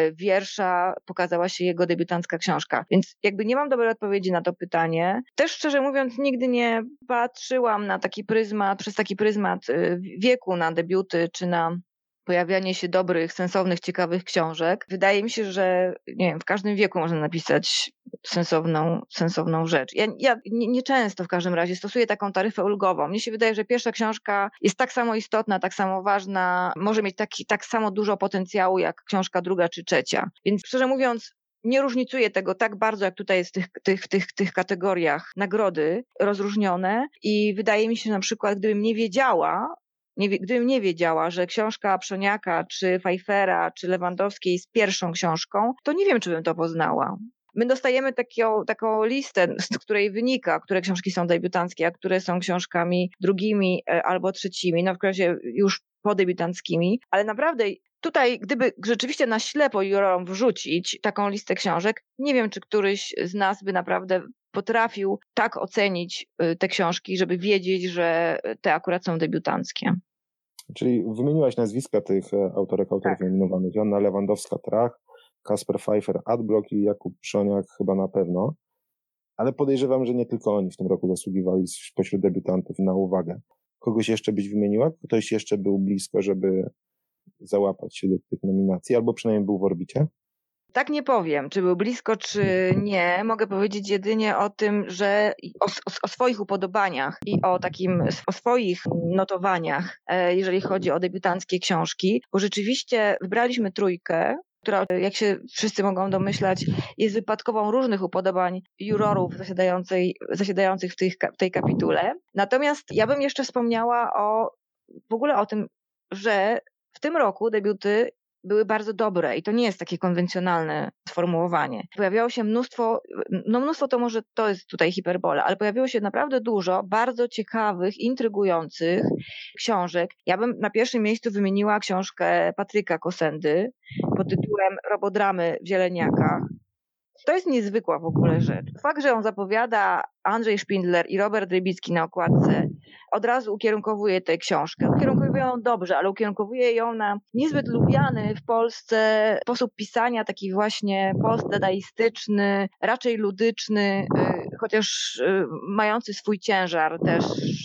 wiersza pokazała się jego debiutancka książka. Więc jakby nie mam dobrej odpowiedzi na to pytanie. Też szczerze mówiąc nigdy nie patrzyłam na taki pryzmat, przez taki pryzmat wieku na debiuty czy na pojawianie się dobrych, sensownych, ciekawych książek. Wydaje mi się, że nie wiem, w każdym wieku można napisać sensowną, sensowną rzecz. Ja, ja nie, nie często w każdym razie stosuję taką taryfę ulgową. Mnie się wydaje, że pierwsza książka jest tak samo istotna, tak samo ważna, może mieć taki, tak samo dużo potencjału jak książka druga czy trzecia. Więc szczerze mówiąc, nie różnicuję tego tak bardzo, jak tutaj jest w tych, tych, tych, tych kategoriach nagrody rozróżnione i wydaje mi się, że na przykład gdybym nie wiedziała, Nie, gdybym nie wiedziała, że książka Przoniaka, czy Pfeiffera, czy Lewandowskiej jest pierwszą książką, to nie wiem, czy bym to poznała. My dostajemy taką, taką listę, z której wynika, które książki są debiutanckie, a które są książkami drugimi albo trzecimi, no w razie już podebiutanckimi, ale naprawdę tutaj, gdyby rzeczywiście na ślepo jurorom wrzucić taką listę książek, nie wiem, czy któryś z nas by naprawdę potrafił tak ocenić te książki, żeby wiedzieć, że te akurat są debiutanckie. Czyli wymieniłaś nazwiska tych autorek, autorów tak. nominowanych. Joanna Lewandowska-Trach, Kacper Pfeiffer, Adblock i Jakub Przoniak chyba na pewno. Ale podejrzewam, że nie tylko oni w tym roku zasługiwali spośród debiutantów na uwagę. Kogoś jeszcze byś wymieniła? Ktoś jeszcze był blisko, żeby załapać się do tych nominacji, albo przynajmniej był w orbicie? Tak nie powiem, czy był blisko, czy nie. Mogę powiedzieć jedynie o tym, że o, o, o swoich upodobaniach i o takim, o swoich notowaniach, jeżeli chodzi o debiutanckie książki, bo rzeczywiście wybraliśmy trójkę, która, jak się wszyscy mogą domyślać, jest wypadkową różnych upodobań jurorów zasiadającej, zasiadających w, tych, w tej kapitule. Natomiast ja bym jeszcze wspomniała o, w ogóle o tym, że w tym roku debiuty były bardzo dobre i to nie jest takie konwencjonalne sformułowanie. Pojawiało się mnóstwo, no mnóstwo to może to jest tutaj hiperbola, ale pojawiło się naprawdę dużo bardzo ciekawych, intrygujących książek. Ja bym na pierwszym miejscu wymieniła książkę Patryka Kosendy pod tytułem Robodramy w Zieleniakach. To jest niezwykła w ogóle rzecz. Fakt, że ją zapowiada Andrzej Szpindler i Robert Rybicki na okładce, od razu ukierunkowuje tę książkę. Ukierunkowuje ją dobrze, ale ukierunkowuje ją na niezbyt lubiany w Polsce sposób pisania, taki właśnie postdadaistyczny, raczej ludyczny, chociaż mający swój ciężar też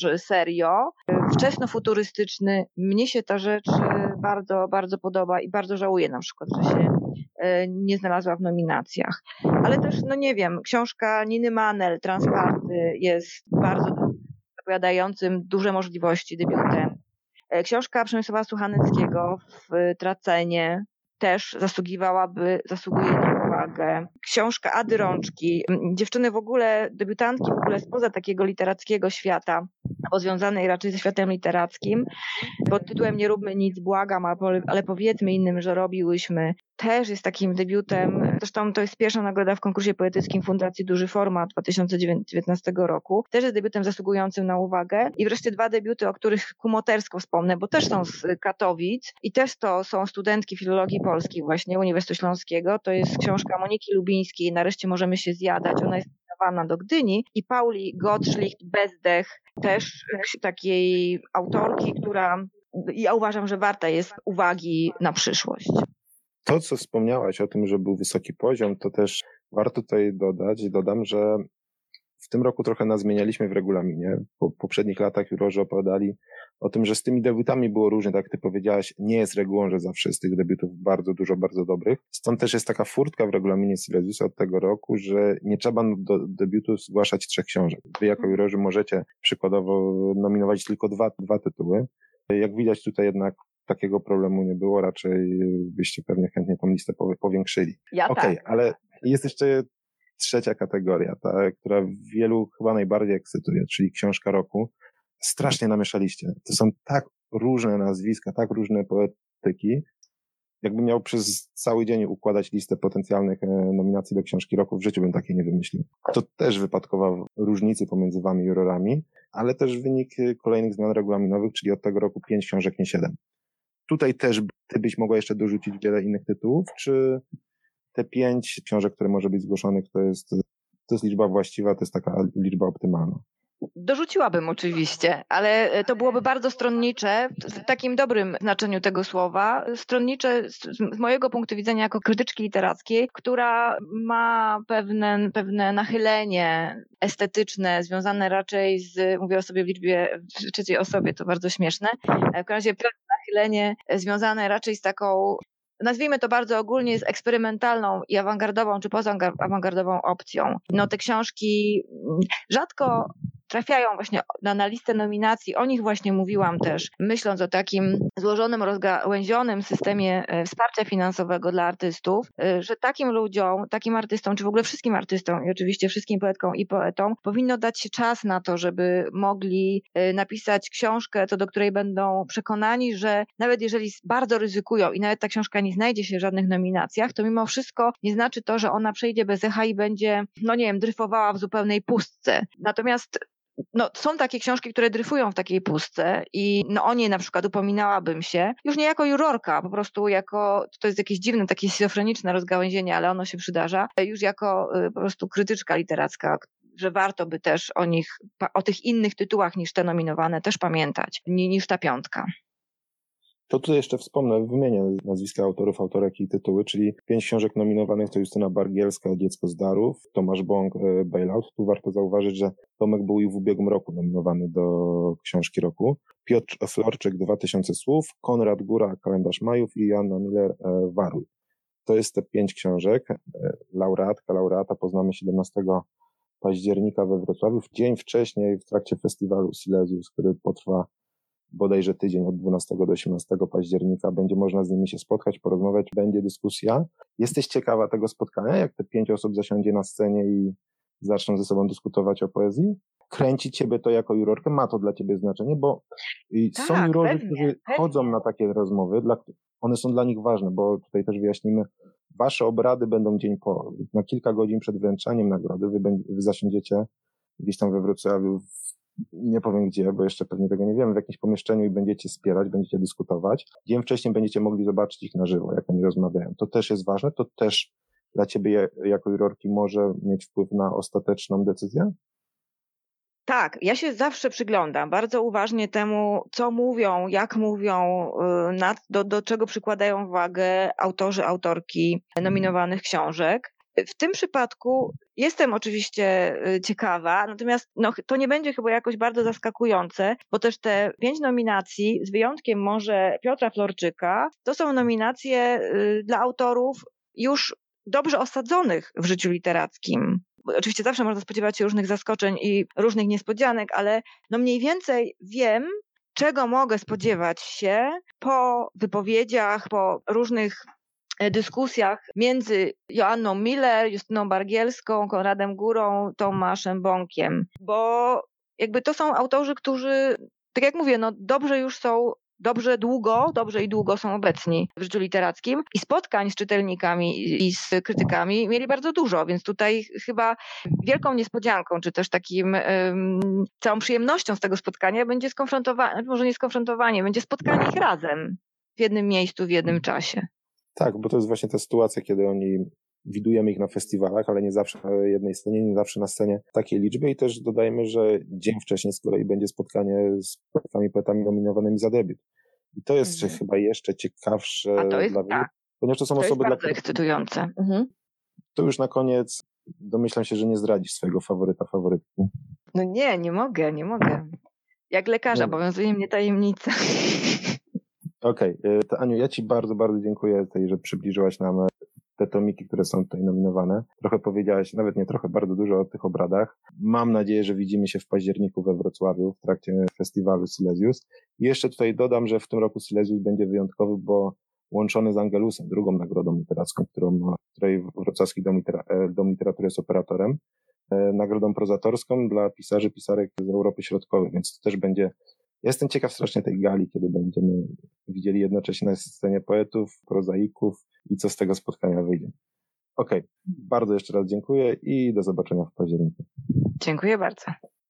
serio, wczesnofuturystyczny. Mnie się ta rzecz bardzo, bardzo podoba i bardzo żałuję na przykład, że się nie znalazła w nominacjach. Ale też, no nie wiem, książka Niny Manel, Transparty jest bardzo zapowiadającym duże możliwości debiutem. Książka Przemysława Suchaneckiego w Tracenie też zasługiwałaby, zasługuje na uwagę. Książka Ady Rączki. Dziewczyny w ogóle, debiutantki w ogóle spoza takiego literackiego świata o związanej raczej ze światem literackim. Pod tytułem Nie róbmy nic, błagam, ale powiedzmy innym, że robiłyśmy. Też jest takim debiutem, zresztą to jest pierwsza nagroda w konkursie poetyckim Fundacji Duży Format dwa tysiące dziewiętnastego roku. Też jest debiutem zasługującym na uwagę. I wreszcie dwa debiuty, o których kumotersko wspomnę, bo też są z Katowic i też to są studentki filologii polskiej właśnie Uniwersytetu Śląskiego. To jest książka Moniki Lubińskiej Nareszcie możemy się zjadać. Ona jest skierowana do Gdyni i Pauli Gottschlicht Bezdech, też takiej autorki, która ja uważam, że warta jest uwagi na przyszłość. To, co wspomniałaś o tym, że był wysoki poziom, to też warto tutaj dodać, dodam, że w tym roku trochę nas zmienialiśmy w regulaminie. Po poprzednich latach jurorzy opowiadali o tym, że z tymi debiutami było różnie, tak jak ty powiedziałaś, nie jest regułą, że zawsze jest tych debiutów bardzo dużo, bardzo dobrych. Stąd też jest taka furtka w regulaminie Silesiusa od tego roku, że nie trzeba do debiutów zgłaszać trzech książek. Wy jako jurorzy możecie przykładowo nominować tylko dwa, dwa tytuły. Jak widać tutaj jednak takiego problemu nie było, raczej byście pewnie chętnie tą listę powiększyli. Ja Okej, tak. ale jest jeszcze trzecia kategoria, ta, która wielu chyba najbardziej ekscytuje, czyli książka roku. Strasznie namieszaliście. To są tak różne nazwiska, tak różne poetyki. Jakbym miał przez cały dzień układać listę potencjalnych nominacji do książki roku, w życiu bym takiej nie wymyślił. To też wypadkowa różnicy pomiędzy wami jurorami, ale też wynik kolejnych zmian regulaminowych, czyli od tego roku pięć książek, nie siedem. Tutaj też ty byś mogła jeszcze dorzucić wiele innych tytułów, czy te pięć książek, które może być zgłoszonych, to jest, to jest liczba właściwa, to jest taka liczba optymalna? Dorzuciłabym oczywiście, ale to byłoby bardzo stronnicze w takim dobrym znaczeniu tego słowa. Stronnicze z, z mojego punktu widzenia jako krytyczki literackiej, która ma pewne, pewne nachylenie estetyczne związane raczej z, mówię o sobie w liczbie w trzeciej osobie, to bardzo śmieszne, w każdym razie pewne nachylenie związane raczej z taką, nazwijmy to bardzo ogólnie, z eksperymentalną i awangardową czy pozaawangardową opcją. No te książki rzadko trafiają właśnie na, na listę nominacji. O nich właśnie mówiłam też, myśląc o takim złożonym, rozgałęzionym systemie wsparcia finansowego dla artystów, że takim ludziom, takim artystom, czy w ogóle wszystkim artystom i oczywiście wszystkim poetkom i poetom powinno dać się czas na to, żeby mogli napisać książkę, co do której będą przekonani, że nawet jeżeli bardzo ryzykują i nawet ta książka nie znajdzie się w żadnych nominacjach, to mimo wszystko nie znaczy to, że ona przejdzie bez echa i będzie, no nie wiem, dryfowała w zupełnej pustce. Natomiast no, są takie książki, które dryfują w takiej pustce i no, o nie na przykład upominałabym się, już nie jako jurorka, po prostu jako, to jest jakieś dziwne, takie schizofreniczne rozgałęzienie, ale ono się przydarza, już jako y, po prostu krytyczka literacka, że warto by też o nich, o tych innych tytułach niż te nominowane też pamiętać, niż ta piątka. To tutaj jeszcze wspomnę, wymienię nazwiska autorów, autorek i tytuły, czyli pięć książek nominowanych to Justyna Bargielska, Dziecko z darów, Tomasz Bąk, Bailout. Tu warto zauważyć, że Tomek był i w ubiegłym roku nominowany do książki roku. Piotr Florczyk, dwa tysiące słów, Konrad Góra, Kalendarz Majów i Joanna Miller, Waruj. To jest te pięć książek. Laureatka, laureata poznamy siedemnastego października we Wrocławiu. W dzień wcześniej w trakcie festiwalu Silesius, który potrwa bodajże tydzień od dwunastego do osiemnastego października, będzie można z nimi się spotkać, porozmawiać, będzie dyskusja. Jesteś ciekawa tego spotkania, jak te pięć osób zasiądzie na scenie i zaczną ze sobą dyskutować o poezji? Kręci ciebie to jako jurorkę? Ma to dla ciebie znaczenie, bo tak, są jurorzy, pewnie, którzy pewnie. chodzą na takie rozmowy, dla, one są dla nich ważne, bo tutaj też wyjaśnimy, wasze obrady będą dzień po, na kilka godzin przed wręczaniem nagrody, wy, wy zasiądziecie gdzieś tam we Wrocławiu, nie powiem gdzie, bo jeszcze pewnie tego nie wiemy, w jakimś pomieszczeniu i będziecie wspierać, będziecie dyskutować. Dzień wcześniej będziecie mogli zobaczyć ich na żywo, jak oni rozmawiają. To też jest ważne, to też dla ciebie jako jurorki może mieć wpływ na ostateczną decyzję? Tak, ja się zawsze przyglądam bardzo uważnie temu, co mówią, jak mówią, na, do, do czego przykładają wagę autorzy, autorki nominowanych książek. W tym przypadku jestem oczywiście ciekawa, natomiast no, to nie będzie chyba jakoś bardzo zaskakujące, bo też te pięć nominacji, z wyjątkiem może Piotra Florczyka, to są nominacje dla autorów już dobrze osadzonych w życiu literackim. Oczywiście zawsze można spodziewać się różnych zaskoczeń i różnych niespodzianek, ale no mniej więcej wiem, czego mogę spodziewać się po wypowiedziach, po różnych dyskusjach między Joanną Miller, Justyną Bargielską, Konradem Górą, Tomaszem Bąkiem, bo jakby to są autorzy, którzy, tak jak mówię, no dobrze już są, dobrze długo, dobrze i długo są obecni w życiu literackim i spotkań z czytelnikami i z krytykami mieli bardzo dużo, więc tutaj chyba wielką niespodzianką, czy też takim um, całą przyjemnością z tego spotkania będzie skonfrontowanie, może nie skonfrontowanie, będzie spotkanie ich razem w jednym miejscu, w jednym czasie. Tak, bo to jest właśnie ta sytuacja, kiedy oni widujemy ich na festiwalach, ale nie zawsze na jednej scenie, nie zawsze na scenie takiej liczby i też dodajmy, że dzień wcześniej z kolei będzie spotkanie z poetami, poetami nominowanymi za debiut. I to jest mhm. chyba jeszcze ciekawsze A to jest, dla tak. ponieważ to są to osoby, jest bardzo dla których... ekscytujące. Mhm. To już na koniec domyślam się, że nie zdradzisz swojego faworyta, faworytki. No nie, nie mogę, nie mogę. Jak lekarza obowiązuje mnie tajemnica. Okej, okay. To Aniu, ja Ci bardzo, bardzo dziękuję tutaj, że przybliżyłaś nam te tomiki, które są tutaj nominowane. Trochę powiedziałaś, nawet nie trochę, bardzo dużo o tych obradach. Mam nadzieję, że widzimy się w październiku we Wrocławiu w trakcie festiwalu Silesius. I jeszcze tutaj dodam, że w tym roku Silesius będzie wyjątkowy, bo łączony z Angelusem, drugą nagrodą literacką, którą, której Wrocławski Dom, Litera- Dom Literatury jest operatorem, nagrodą prozatorską dla pisarzy, pisarek z Europy Środkowej, więc to też będzie. Ja jestem ciekaw strasznie tej gali, kiedy będziemy widzieli jednocześnie na scenie poetów, prozaików i co z tego spotkania wyjdzie. Okej, okay. Bardzo jeszcze raz dziękuję i do zobaczenia w październiku. Dziękuję bardzo.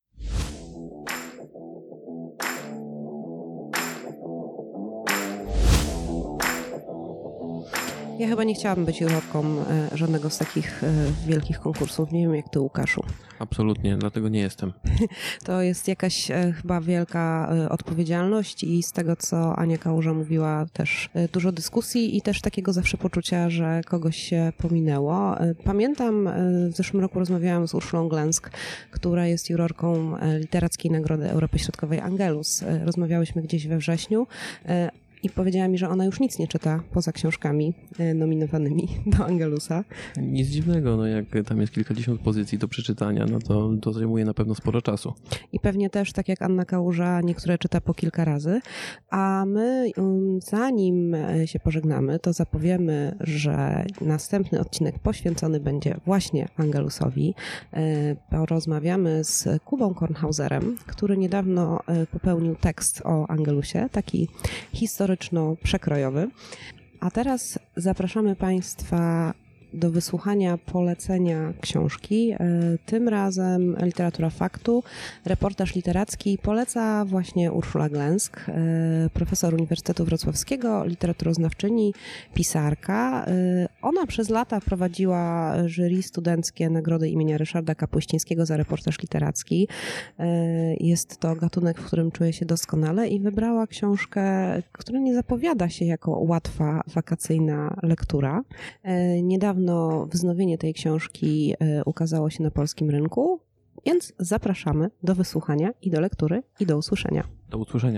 Ja chyba nie chciałabym być jurorką e, żadnego z takich e, wielkich konkursów. Nie wiem jak ty, Łukaszu. Absolutnie, dlatego nie jestem. To jest jakaś e, chyba wielka e, odpowiedzialność i z tego, co Ania Kałuża mówiła, też e, dużo dyskusji i też takiego zawsze poczucia, że kogoś się pominęło. E, pamiętam, e, w zeszłym roku rozmawiałam z Urszulą Glęsk, która jest jurorką e, Literackiej Nagrody Europy Środkowej Angelus. E, rozmawiałyśmy gdzieś we wrześniu. E, I powiedziała mi, że ona już nic nie czyta poza książkami nominowanymi do Angelusa. Nic dziwnego, no jak tam jest kilkadziesiąt pozycji do przeczytania, no to, to zajmuje na pewno sporo czasu. I pewnie też, tak jak Anna Kałuża, niektóre czyta po kilka razy. A my, zanim się pożegnamy, to zapowiemy, że następny odcinek poświęcony będzie właśnie Angelusowi. Porozmawiamy z Kubą Kornhauserem, który niedawno popełnił tekst o Angelusie, taki historyczno-przekrojowy. A teraz zapraszamy Państwa do wysłuchania polecenia książki. Tym razem Literatura Faktu, reportaż literacki poleca właśnie Urszula Glęsk, profesor Uniwersytetu Wrocławskiego, literaturoznawczyni, pisarka. Ona przez lata prowadziła jury studenckie Nagrody imienia Ryszarda Kapuścińskiego za reportaż literacki. Jest to gatunek, w którym czuje się doskonale i wybrała książkę, która nie zapowiada się jako łatwa, wakacyjna lektura. Niedawno No, wznowienie tej książki ukazało się na polskim rynku, więc zapraszamy do wysłuchania i do lektury i do usłyszenia. Do usłyszenia.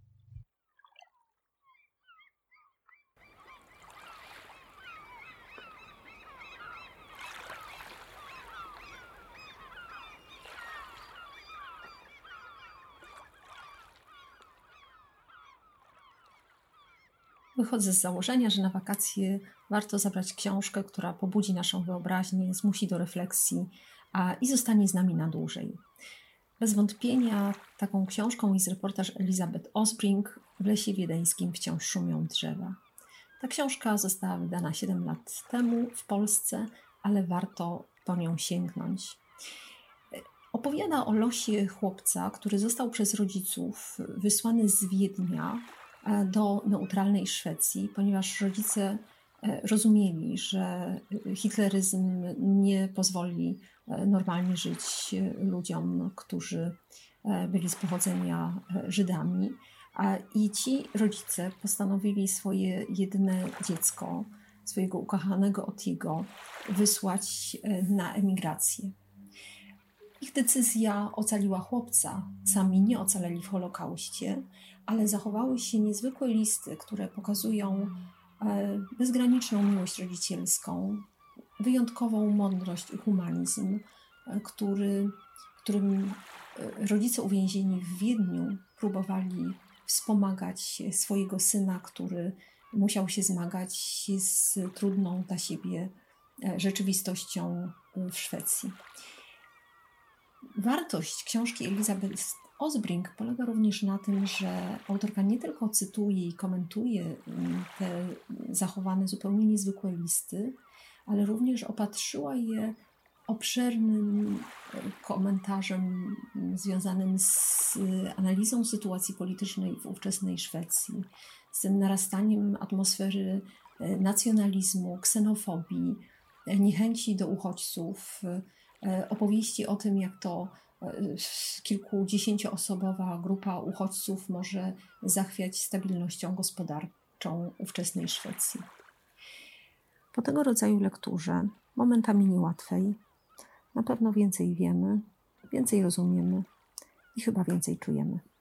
Wychodzę z założenia, że na wakacje warto zabrać książkę, która pobudzi naszą wyobraźnię, zmusi do refleksji a, i zostanie z nami na dłużej. Bez wątpienia taką książką jest reportaż Elizabeth Osbrink W lesie wiedeńskim wciąż szumią drzewa. Ta książka została wydana siedem lat temu w Polsce, ale warto po nią sięgnąć. Opowiada o losie chłopca, który został przez rodziców wysłany z Wiednia do neutralnej Szwecji, ponieważ rodzice rozumieli, że hitleryzm nie pozwoli normalnie żyć ludziom, którzy byli z pochodzenia Żydami. I ci rodzice postanowili swoje jedyne dziecko, swojego ukochanego Otiego, wysłać na emigrację. Ich decyzja ocaliła chłopca. Sami nie ocaleli w Holokauście, ale zachowały się niezwykłe listy, które pokazują bezgraniczną miłość rodzicielską, wyjątkową mądrość i humanizm, który, którym rodzice uwięzieni w Wiedniu próbowali wspomagać swojego syna, który musiał się zmagać z trudną dla siebie rzeczywistością w Szwecji. Wartość książki Elizabeth Osbrink polega również na tym, że autorka nie tylko cytuje i komentuje te zachowane zupełnie niezwykłe listy, ale również opatrzyła je obszernym komentarzem związanym z analizą sytuacji politycznej w ówczesnej Szwecji, z tym narastaniem atmosfery nacjonalizmu, ksenofobii, niechęci do uchodźców, opowieści o tym, jak to kilkudziesięcioosobowa grupa uchodźców może zachwiać stabilnością gospodarczą ówczesnej Szwecji. Po tego rodzaju lekturze, momentami niełatwej, na pewno więcej wiemy, więcej rozumiemy i chyba więcej czujemy.